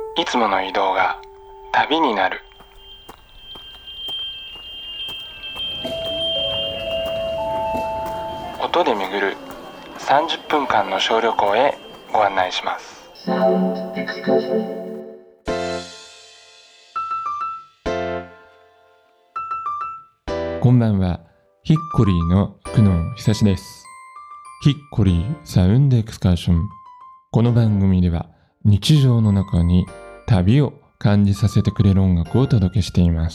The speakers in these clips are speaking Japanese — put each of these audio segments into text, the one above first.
いつもの移動が旅になる。音で巡る30分間の小旅行へご案内します。 こんばんは。ヒッコリーの久野久志です。ヒッコリーサウンドエクスカーション。この番組では日常の中に旅を感じさせてくれる音楽をお届けしています。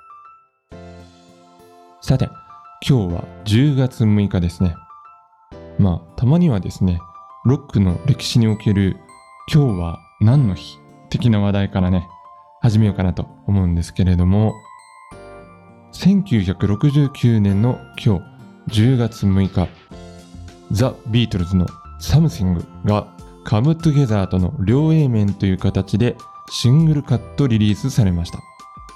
さて、今日は10月6日ですね。たまにはですね、ロックの歴史における今日は何の日的な話題からね、始めようかなと思うんですけれども、1969年の今日10月6日、ザ・ビートルズの Something がCome Together との両 A 面という形でシングルカットリリースされました。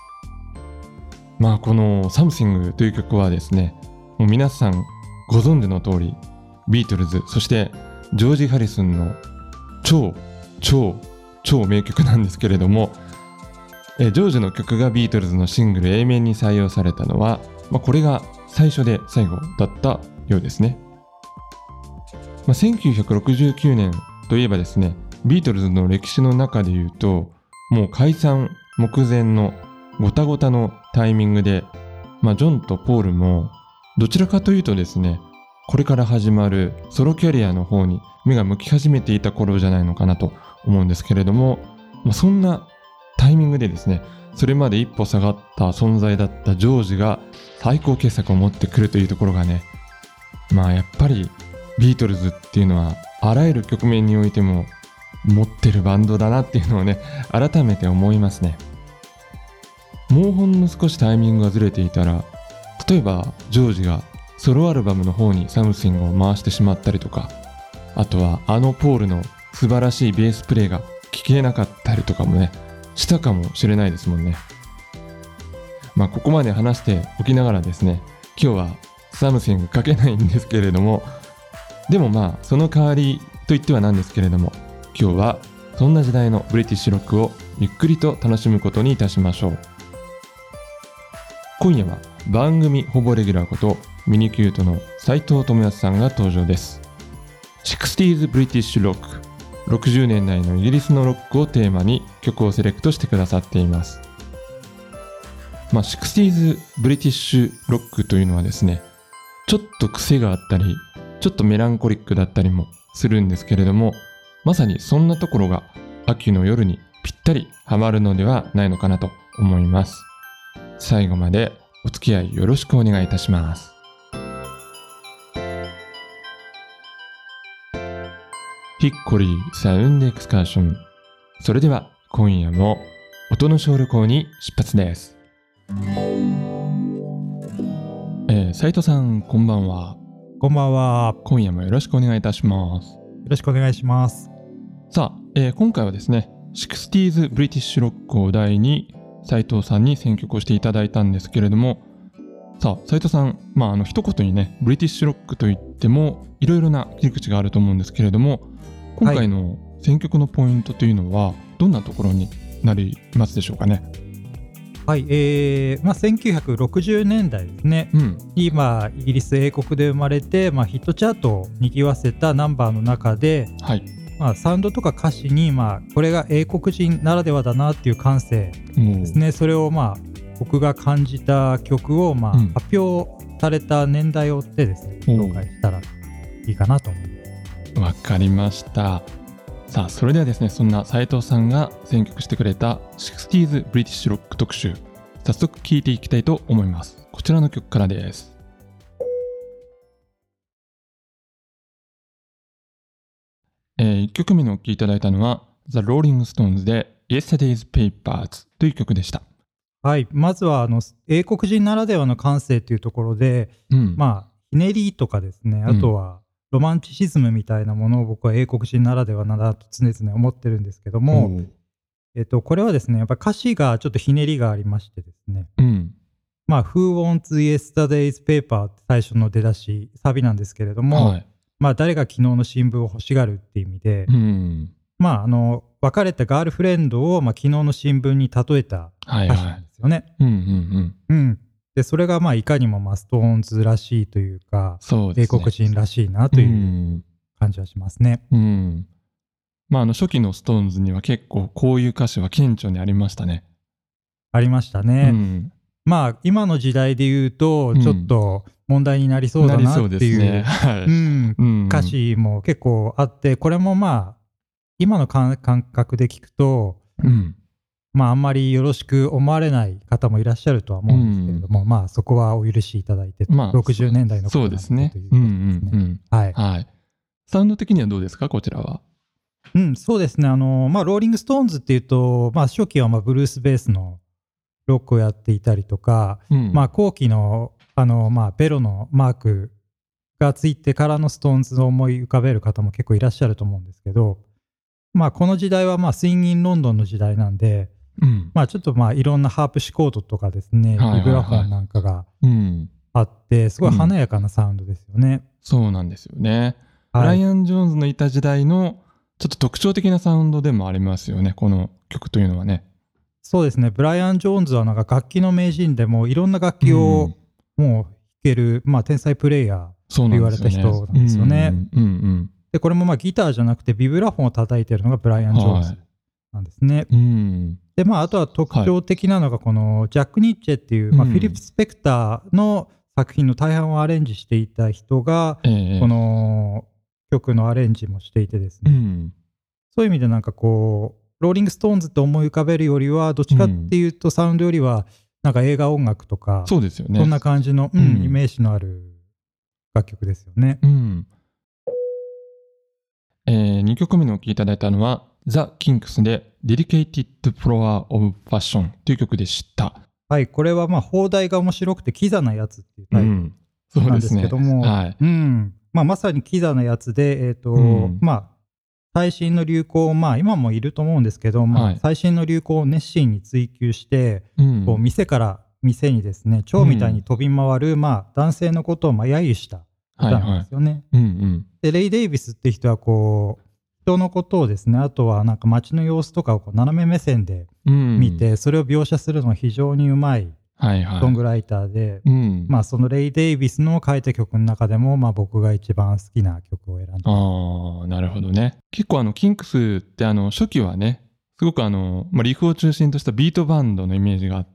この Something という曲はですね、もう皆さんご存知の通り、ビートルズ、そしてジョージ・ハリスンの超名曲なんですけれども、ジョージの曲がビートルズのシングル A 面に採用されたのは、これが最初で最後だったようですね。1969年といえばですね、ビートルズの歴史の中で言うと、もう解散目前のごたごたのタイミングで、ジョンとポールもどちらかというとですね、これから始まるソロキャリアの方に目が向き始めていた頃じゃないのかなと思うんですけれども、そんなタイミングでですね、それまで一歩下がった存在だったジョージが最高傑作を持ってくるというところがね、やっぱりビートルズっていうのはあらゆる局面においても持ってるバンドだなっていうのをね、改めて思いますね。もうほんの少しタイミングがずれていたら、例えばジョージがソロアルバムの方にサムシングを回してしまったりとか、あとはポールの素晴らしいベースプレイが聴けなかったりとかもね、したかもしれないですもんね。ここまで話しておきながらですね、今日はサムシングかけないんですけれども、でもその代わりと言ってはなんですけれども、今日はそんな時代のブリティッシュロックをゆっくりと楽しむことにいたしましょう。今夜は番組ほぼレギュラーことミニキュートの斉藤智康さんが登場です。 60s ブリティッシュロック、60年代のイギリスのロックをテーマに曲をセレクトしてくださっています。60s ブリティッシュロックというのはですね、ちょっと癖があったり、ちょっとメランコリックだったりもするんですけれども、まさにそんなところが秋の夜にぴったりハマるのではないのかなと思います。最後までお付き合いよろしくお願いいたします。ヒッコリーサウンドエクスカーション。それでは今夜も音の小旅行に出発です。斉藤さん、こんばんは。 こんばんは。 今夜もよろしくお願いいたします。 よろしくお願いします。 さあ、今回はですね、60s ブリティッシュロックを題に斉藤さんに選曲をしていただいたんですけれども、さあ斉藤さん、一言にね、ブリティッシュロックといってもいろいろな切り口があると思うんですけれども、今回の選曲のポイントというのはどんなところになりますでしょうかね。 はい、1960年代ですね、にイギリス英国で生まれて、ヒットチャートを賑わせたナンバーの中で、サウンドとか歌詞に、これが英国人ならではだなっていう感性ですね、それを僕が感じた曲を発表された年代を追ってですね、紹介したらいいかなと思います。 わかりました。さあ、それではですね、そんな斉藤さんが選曲してくれた 60s ブリティッシュロック特集、早速聴いていきたいと思います。こちらの曲からです。1曲目のお聴きいただいたのは The Rolling Stones で Yesterday's Papers という曲でした。 はい、まずは英国人ならではの感性というところで、ひねりとかですね、あとはロマンチシズムみたいなものを僕は英国人ならではだなと常々思ってるんですけども、これはですね、やっぱり歌詞がちょっとひねりがありましてですね、Who wants yesterday's paper って最初の出だし、サビなんですけれども、誰が昨日の新聞を欲しがるっていう意味で、 別れたガールフレンドを、昨日の新聞に例えた歌詞なんですよね。でそれがいかにもストーンズらしいというか、英国人らしいなという感じはしますね。 初期のストーンズには結構こういう歌詞は顕著にありましたね。 ありましたね。今の時代で言うとちょっと問題になりそうだなっていう歌詞も結構あって、これも今の感覚で聞くと、あんまりよろしく思われない方もいらっしゃるとは思うんですけれども、そこはお許しいただいて、60年代のことなんでということですね。 サウンド的にはどうですか、こちらは。 そうですね。ローリングストーンズっていうと、初期はブルースベースのロックをやっていたりとか、後期のベロのマークがついてからのストーンズを思い浮かべる方も結構いらっしゃると思うんですけど、この時代はスインギンロンドンの時代なんで、ちょっといろんなハープシコードとかですね、ビブラフォンなんかがあって、すごい華やかなサウンドですよね。 そうなんですよね。ブライアン・ジョーンズのいた時代のちょっと特徴的なサウンドでもありますよね、この曲というのはね。 そうですね。ブライアン・ジョーンズは楽器の名人でもいろんな楽器をもう弾ける、天才プレイヤーと言われた人なんですよね。でこれもギターじゃなくてビブラフォンを叩いてるのがブライアン・ジョーンズなんですね。であとは特徴的なのがこのジャック・ニッチェっていう、フィリップ・スペクターの作品の大半をアレンジしていた人が、この曲のアレンジもしていてですね、そういう意味でローリングストーンズって思い浮かべるよりはどっちかっていうとサウンドよりは映画音楽とか、 そうですよね、 そんな感じの、イメージのある楽曲ですよね。 2曲目のお聴きいただいたのはザ・キンクスで Dedicated Flower of Passion という曲でした。 はい、これは邦題が面白くてキザなやつっていうタイトルなんですけども、まさにキザなやつで、最新の流行、今もいると思うんですけど、最新の流行を熱心に追求して、店から店にですね、蝶みたいに飛び回る、男性のことを揶揄した歌なんですよね。でレイ・デイビスって人は人のことをですね、あとは街の様子とかを斜め目線で見て、それを描写するのが非常にうまいソングライターで、そのレイ・デイビスの書いた曲の中でも、僕が一番好きな曲を選んで。 なるほどね。結構キンクスって初期はね、すごくリフを中心としたビートバンドのイメージがあって、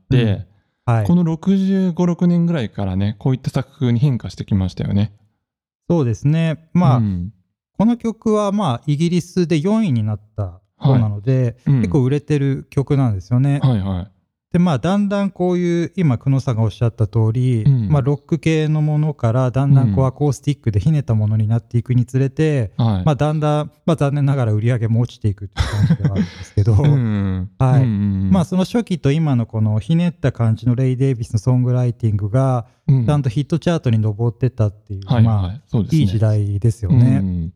この65、6年ぐらいからね、こういった作風に変化してきましたよね。 そうですね。この曲はイギリスで4位になったそうなので、結構売れてる曲なんですよね。でだんだんこういう今久野さんがおっしゃった通り、ロック系のものからだんだんアコースティックでひねったものになっていくにつれて、だんだん、残念ながら売り上げも落ちていくっていう感じではあるんですけどその初期と今のこのひねった感じのレイ・デイビスのソングライティングがちゃんとヒットチャートに上ってったっていう、いい時代ですよね。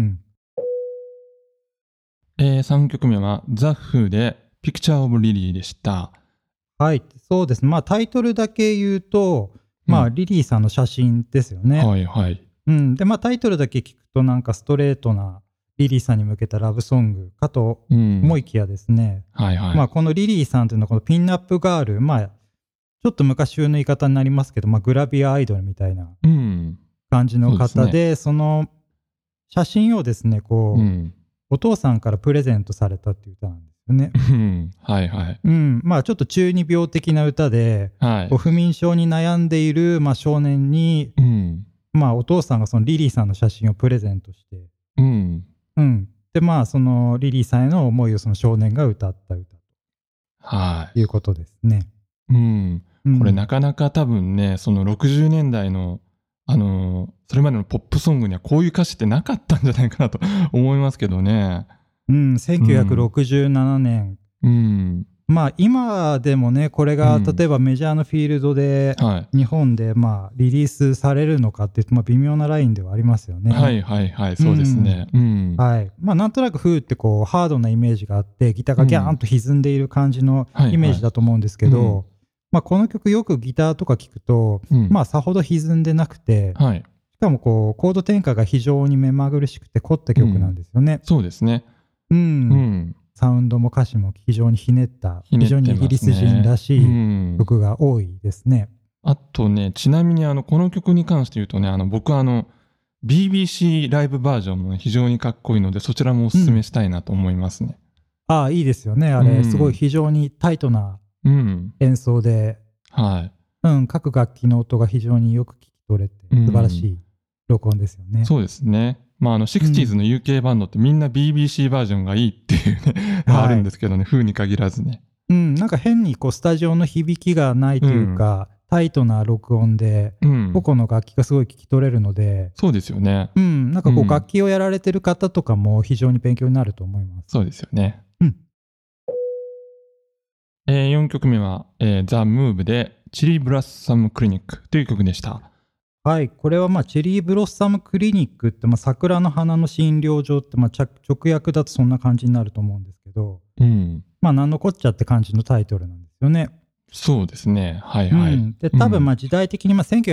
3曲目はザ・フーでピクチャー・オブ・リリーでした。 はい、そうですね。タイトルだけ言うと、リリーさんの写真ですよね。で、タイトルだけ聞くとストレートなリリーさんに向けたラブソングかと思いきやですね、このリリーさんというのはこのピンナップガール、ちょっと昔風の言い方になりますけど、グラビアアイドルみたいな感じの方で、その写真をですね、お父さんからプレゼントされたっていう歌なんですよね。ちょっと中二病的な歌で、不眠症に悩んでいる少年に、お父さんがそのリリーさんの写真をプレゼントして、でそのリリーさんへの思いをその少年が歌った歌ということですね。 これなかなか多分ね、その60年代のそれまでのポップソングにはこういう歌詞ってなかったんじゃないかなと思いますけどね。 1967年。今でもね、これが例えばメジャーのフィールドで日本でリリースされるのかっていうと微妙なラインではありますよね。 そうですね。 なんとなくフーってハードなイメージがあってギターがギャーンと歪んでいる感じのイメージだと思うんですけど、この曲よくギターとか聞くと、さほど歪んでなくて、しかもコード転換が非常に目まぐるしくて凝った曲なんですよね。 そうですね。 サウンドも歌詞も非常にひねった、非常にイギリス人らしい曲が多いですね。 あとね、ちなみにこの曲に関して言うとね、僕はBBC ライブバージョンも非常にかっこいいので、そちらもおすすめしたいなと思いますね。 ああ、いいですよね。あれ、すごい非常にタイトな演奏で、 はい。 各楽器の音が非常によく聞き取れて、素晴らしい録音ですよね。 そうですね。60s の UK バンドってみんな BBC バージョンがいいっていうね、あるんですけどね、風に限らずね。 なんか変にスタジオの響きがないというか、タイトな録音で、個々の楽器がすごい聞き取れるので、 そうですよね。 なんか楽器をやられてる方とかも非常に勉強になると思います。 そうですよね。4曲目は、The Move でチリブラッサムクリニックという曲でした。 はい、これはチェリーブロッサムクリニックって桜の花の診療所って直訳だとそんな感じになると思うんですけど、なんのこっちゃって感じのタイトルなんですよね。 そうですね。はいはい。 で多分時代的に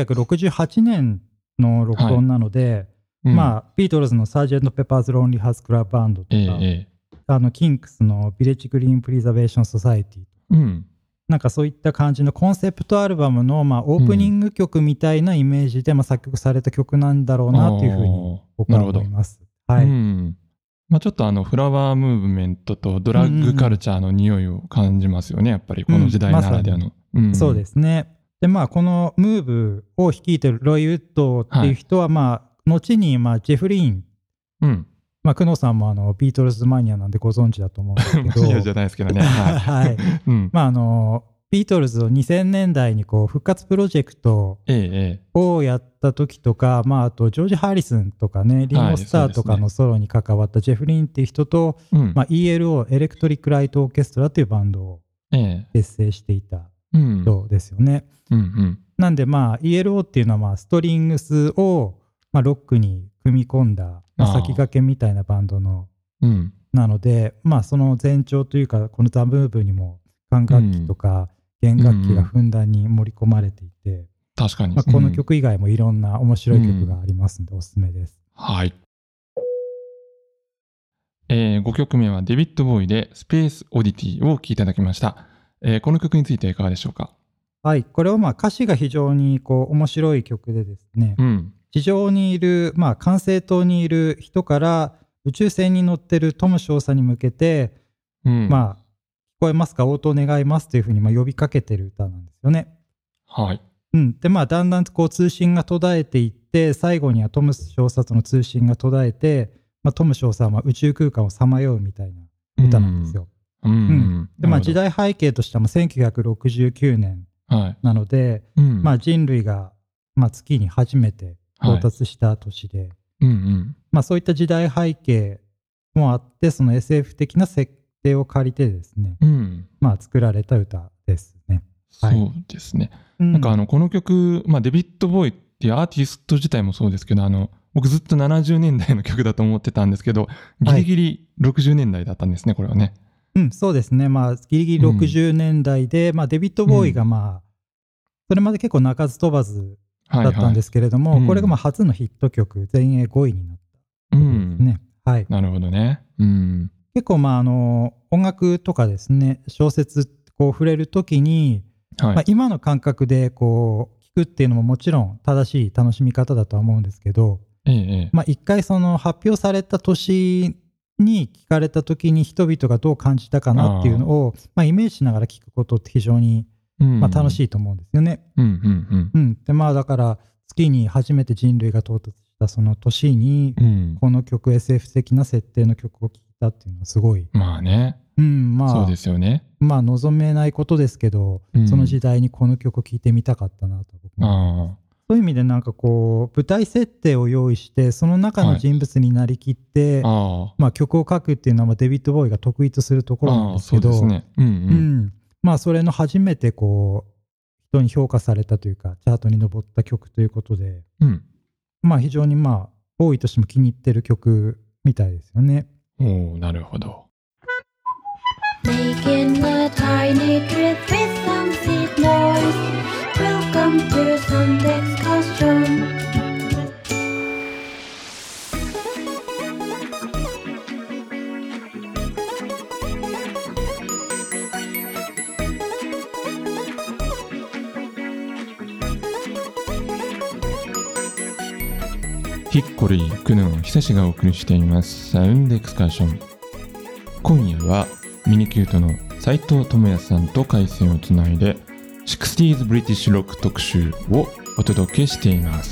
1968年の録音なので、ビートルズのサージェント・ペパーズ・ロンリー・ハーツ・クラブ・バンドとか、キンクスのビレッジ・グリーン・プリザベーション・ソサエティとか、なんかそういった感じのコンセプトアルバムのオープニング曲みたいなイメージで作曲された曲なんだろうなというふうに僕は思います。はい。 ちょっとフラワームーブメントとドラッグカルチャーの匂いを感じますよね、やっぱりこの時代ならではの。 そうですね。でこのムーブを率いてるロイ・ウッドっていう人は後にジェフ・リーン、久野さんもビートルズマニアなんでご存知だと思うんですけどマニアじゃないですけどね。はい。 ビートルズを2000年代に復活プロジェクトをやった時とか、あとジョージ・ハリスンとかね、リンゴ・スターとかのソロに関わったジェフ・リーンっていう人と、ELO エレクトリック・ライト・オーケストラというバンドを結成していた人ですよね。なんでELO っていうのはストリングスをロックに組み込んだ先駆けみたいなバンドのなので、その前兆というかこのザ・ムーブにも管楽器とか弦楽器がふんだんに盛り込まれていて、 確かに、 この曲以外もいろんな面白い曲がありますのでおすすめです。 はい。5曲目はデビッド・ボーイでスペース・オディティを聴いていただきました。この曲についていかがでしょうか。 はい、これは歌詞が非常に面白い曲でですね、地上にいる、管制塔にいる人から宇宙船に乗ってるトム少佐に向けて、聞こえますか、応答願いますというふうに呼びかけてる歌なんですよね。 はい。 でだんだん通信が途絶えていって、最後にはトム少佐との通信が途絶えて、トム少佐は宇宙空間をさまようみたいな歌なんですよ。で時代背景としては1969年なので、人類が月に初めて到達した年で、そういった時代背景もあって、その SF 的な設定を借りてですね、作られた歌ですね。 そうですね。なんかこの曲、デビッド・ボーイっていうアーティスト自体もそうですけど、僕ずっと70年代の曲だと思ってたんですけど、ギリギリ60年代だったんですね、これはね。 そうですね。ギリギリ60年代で、デビッド・ボーイがそれまで結構鳴かず飛ばずだったんですけれども、これが初のヒット曲、全英5位になったですね。 なるほどね。 結構音楽とかですね、小説触れるときに、今の感覚で聞くっていうのももちろん正しい楽しみ方だとは思うんですけど、一回その発表された年に聞かれたときに人々がどう感じたかなっていうのをイメージしながら聞くことって非常に楽しいと思うんですよね。でだから月に初めて人類が到達したその年に、この曲 SF 的な設定の曲を聴いたっていうのはすごいそうですよね。 望めないことですけど、その時代にこの曲を聴いてみたかったなと僕も。そういう意味でなんか舞台設定を用意してその中の人物になりきって、曲を書くっていうのはデビッド・ボーイが得意とするところなんですけど、それの初めて人に評価されたというかチャートに上った曲ということで、非常にボーイとしても気に入ってる曲みたいですよね。 なるほど。 Making a tiny trip with some seed noise. Welcome to some excursion. はヒッコリー久野久志がお送りしていますサウンドエクスカーション。今夜はミニキュートの斉藤智也さんと回線をつないで 60s ブリティッシュロック特集をお届けしています。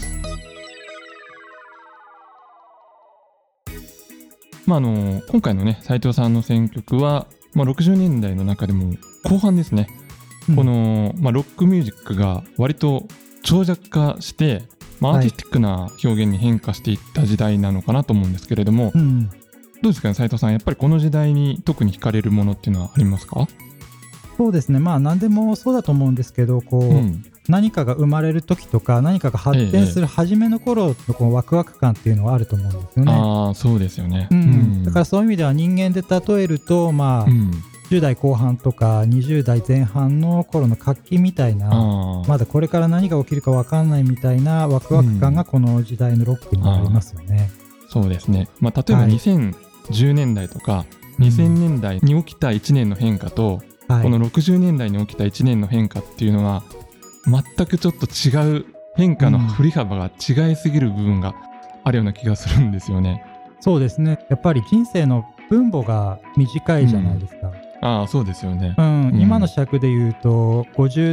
今回のね斉藤さんの選曲は、60年代の中でも後半ですね、この、ロックミュージックが割と長尺化して、アーティスティックな表現に変化していった時代なのかなと思うんですけれども、どうですかね斉藤さん、やっぱりこの時代に特に惹かれるものっていうのはありますか？ そうですね、何でもそうだと思うんですけど、何かが生まれる時とか何かが発展する初めの頃のこのワクワク感っていうのはあると思うんですよね。 そうですよね、 だからそういう意味では人間で例えると10代後半とか20代前半の頃の活気みたいな、まだこれから何が起きるか分かんないみたいなワクワク感がこの時代のロックにありますよね。 そうですね、例えば2010年代とか2000年代に起きた1年の変化と、この60年代に起きた1年の変化っていうのは全くちょっと違う変化の振り幅が違いすぎる部分があるような気がするんですよね。 そうですね、やっぱり人生の分母が短いじゃないですか。 そうですよね、 今の尺でいうと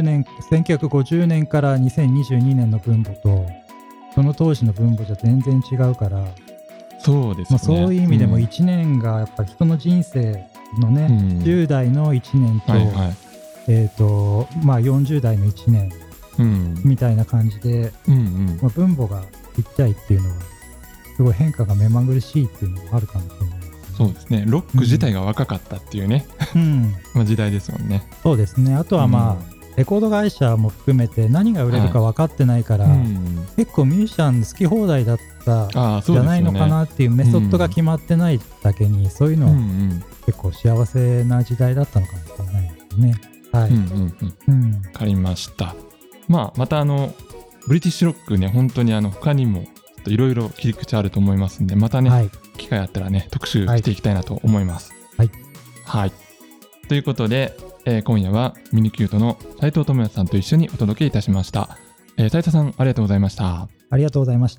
1950年から2022年の分母とその当時の分母じゃ全然違うから、 そうですね、 そういう意味でも1年がやっぱり人の人生のね、10代の1年と、40代の1年みたいな感じで、分母がちっちゃいっていうのはすごい変化が目まぐるしいっていうのがあるかもしれない。 そうですね、ロック自体が若かったっていうね、時代ですもんね。 そうですね、あとはレコード会社も含めて何が売れるか分かってないから、結構ミュージシャン好き放題だったじゃないのかなっていうメソッドが決まってないだけに、そういうのは結構幸せな時代だったのかもしれないですね。 わかりました。またブリティッシュロックね、本当に他にもいろいろ切り口あると思いますんで、またね、機会あったらね特集していきたいなと思います。ということで、今夜はミニキュートの斉藤智也さんと一緒にお届けいたしました。斉藤さん、ありがとうございました。 ありがとうございました。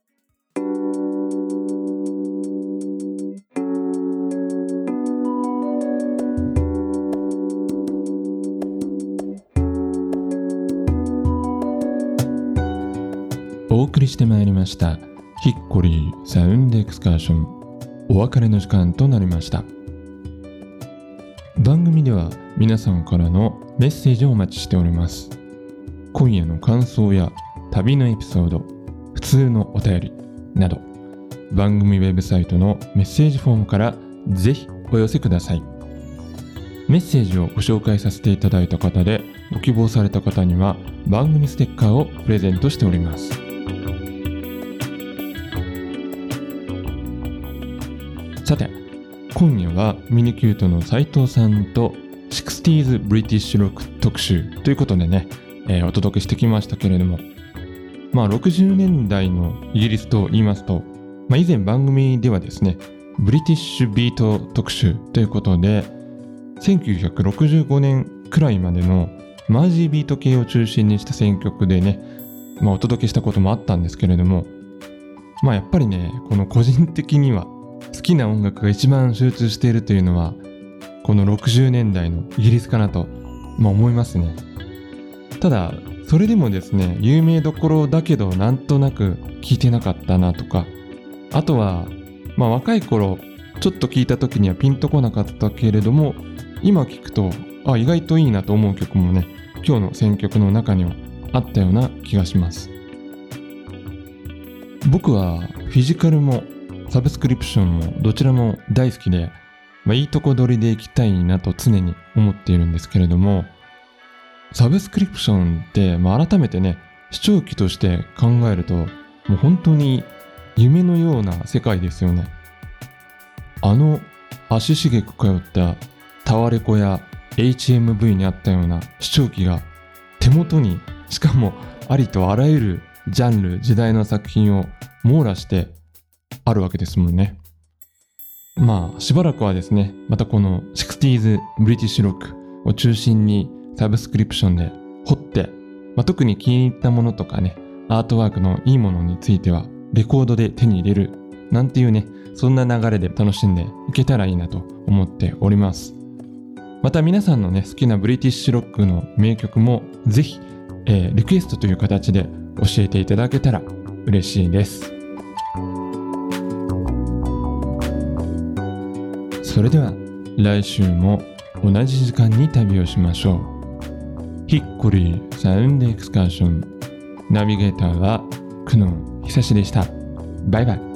お送りしてまいりましたヒッコリーサウンドエクスカーション、お別れの時間となりました。番組では皆さんからのメッセージをお待ちしております。今夜の感想や旅のエピソード、普通のお便りなど、番組ウェブサイトのメッセージフォームからぜひお寄せください。メッセージをご紹介させていただいた方でご希望された方には番組ステッカーをプレゼントしております。さて、今夜はミニキュートの斉藤さんと 60s ブリティッシュロック特集ということでね、お届けしてきましたけれども、60年代のイギリスと言いますと、以前番組ではですねブリティッシュビート特集ということで1965年くらいまでのマージービート系を中心にした選曲でね、お届けしたこともあったんですけれども、やっぱりね、この個人的には好きな音楽が一番集中しているというのはこの60年代のイギリスかなと、思いますね。ただそれでもですね、有名どころだけどなんとなく聴いてなかったなとか、あとは若い頃ちょっと聴いた時にはピンとこなかったけれども、今聴くと意外といいなと思う曲もね、今日の選曲の中にはあったような気がします。僕はフィジカルもサブスクリプションもどちらも大好きで、いいとこ取りでいきたいなと常に思っているんですけれども、サブスクリプションって、改めてね視聴器として考えるともう本当に夢のような世界ですよね。足しげく通ったタワレコや HMV にあったような視聴器が手元に、しかもありとあらゆるジャンル時代の作品を網羅してあるわけですもんね。しばらくはですね、またこの 60s ブリティッシュロックを中心にサブスクリプションで掘って、特に気に入ったものとかね、アートワークのいいものについてはレコードで手に入れるなんていうね、そんな流れで楽しんでいけたらいいなと思っております。また皆さんのね好きなブリティッシュロックの名曲もぜひ、リクエストという形で教えていただけたら嬉しいです。それでは来週も同じ時間に旅をしましょう。ヒッコリーサウンドエクスカーション、ナビゲーターは久野久志でした。バイバイ。